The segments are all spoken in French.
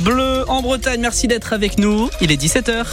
Bleu en Bretagne. Merci d'être avec nous. Il est 17h.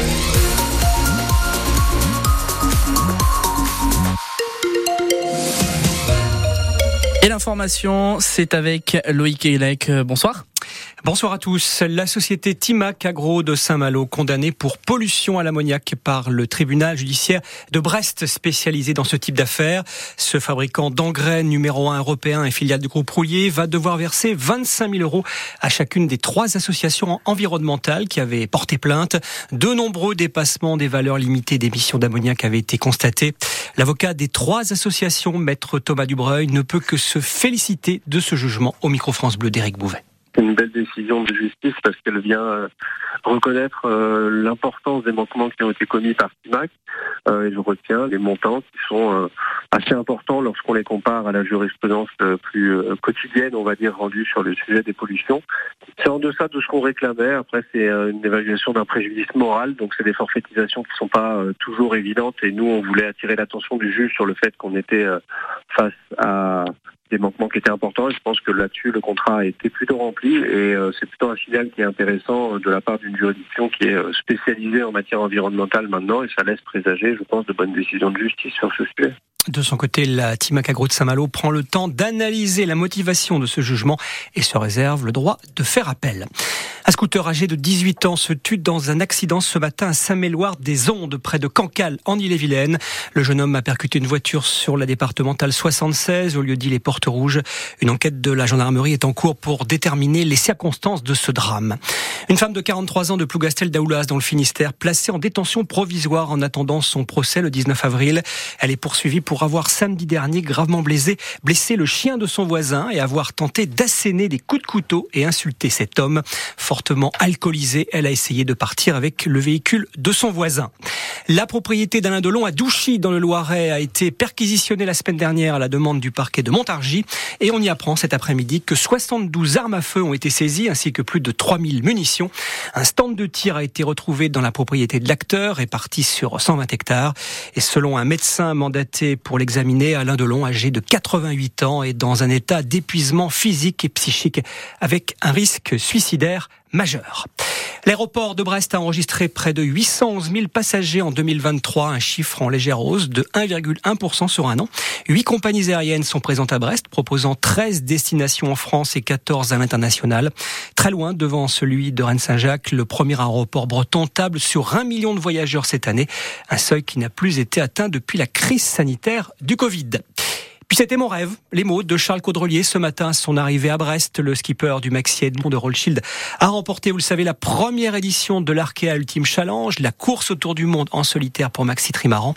Et l'information, c'est avec Loïc Eilec. Bonsoir. Bonsoir à tous. La société Timac Agro de Saint-Malo, condamnée pour pollution à l'ammoniac par le tribunal judiciaire de Brest, spécialisé dans ce type d'affaires. Ce fabricant d'engrais numéro 1 européen et filiale du groupe Roulier va devoir verser 25 000 € à chacune des 3 associations environnementales qui avaient porté plainte. De nombreux dépassements des valeurs limitées d'émissions d'ammoniac avaient été constatés. L'avocat des 3 associations, maître Thomas Dubreuil, ne peut que se féliciter de ce jugement au micro France Bleu d'Éric Bouvet. C'est une belle décision de justice parce qu'elle vient reconnaître l'importance des manquements qui ont été commis par Timac. Et je retiens les montants qui sont assez importants lorsqu'on les compare à la jurisprudence plus quotidienne, on va dire, rendue sur le sujet des pollutions. C'est en deçà de ce qu'on réclamait. Après, c'est une évaluation d'un préjudice moral, donc c'est des forfaitisations qui ne sont pas toujours évidentes. Et nous, on voulait attirer l'attention du juge sur le fait qu'on était face à des manquements qui étaient importants, et je pense que là-dessus le contrat a été plutôt rempli, et c'est plutôt un signal qui est intéressant de la part d'une juridiction qui est spécialisée en matière environnementale maintenant, et ça laisse présager, je pense, de bonnes décisions de justice sur ce sujet. De son côté, la Timac Agro de Saint-Malo prend le temps d'analyser la motivation de ce jugement et se réserve le droit de faire appel. Un scooter âgé de 18 ans se tue dans un accident ce matin à Saint-Méloire-des-Ondes, près de Cancale, en Ille-et-Vilaine. Le jeune homme a percuté une voiture sur la départementale 76, au lieu-dit les Portes Rouges. Une enquête de la gendarmerie est en cours pour déterminer les circonstances de ce drame. Une femme de 43 ans de Plougastel-Daoulas, dans le Finistère, placée en détention provisoire en attendant son procès le 19 avril. Elle est poursuivie pour avoir samedi dernier gravement blessé le chien de son voisin et avoir tenté d'asséner des coups de couteau et insulter cet homme. Fortement alcoolisée, elle a essayé de partir avec le véhicule de son voisin. La propriété d'Alain Delon à Douchy, dans le Loiret, a été perquisitionnée la semaine dernière à la demande du parquet de Montargis. Et on y apprend cet après-midi que 72 armes à feu ont été saisies, ainsi que plus de 3000 munitions. Un stand de tir a été retrouvé dans la propriété de l'acteur, réparti sur 120 hectares. Et selon un médecin mandaté pour l'examiner, Alain Delon, âgé de 88 ans, est dans un état d'épuisement physique et psychique, avec un risque suicidaire majeur. L'aéroport de Brest a enregistré près de 811 000 passagers en 2023, un chiffre en légère hausse de 1,1% sur un an. 8 compagnies aériennes sont présentes à Brest, proposant 13 destinations en France et 14 à l'international. Très loin devant celui de Rennes-Saint-Jacques, le premier aéroport breton table sur 1 million de voyageurs cette année, un seuil qui n'a plus été atteint depuis la crise sanitaire du Covid. Puis c'était mon rêve, les mots de Charles Caudrelier ce matin à son arrivée à Brest. Le skipper du Maxi Edmond de Rothschild a remporté, vous le savez, la première édition de l'Arkea Ultimate Challenge, la course autour du monde en solitaire pour Maxi Trimaran.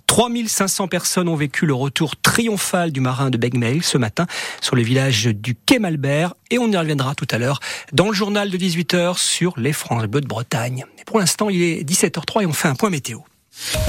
3500 personnes ont vécu le retour triomphal du marin de Begmail ce matin sur le village du Quai Malbert, et on y reviendra tout à l'heure dans le journal de 18h sur les France Bleu de Bretagne. Mais pour l'instant, il est 17h03 et on fait un point météo.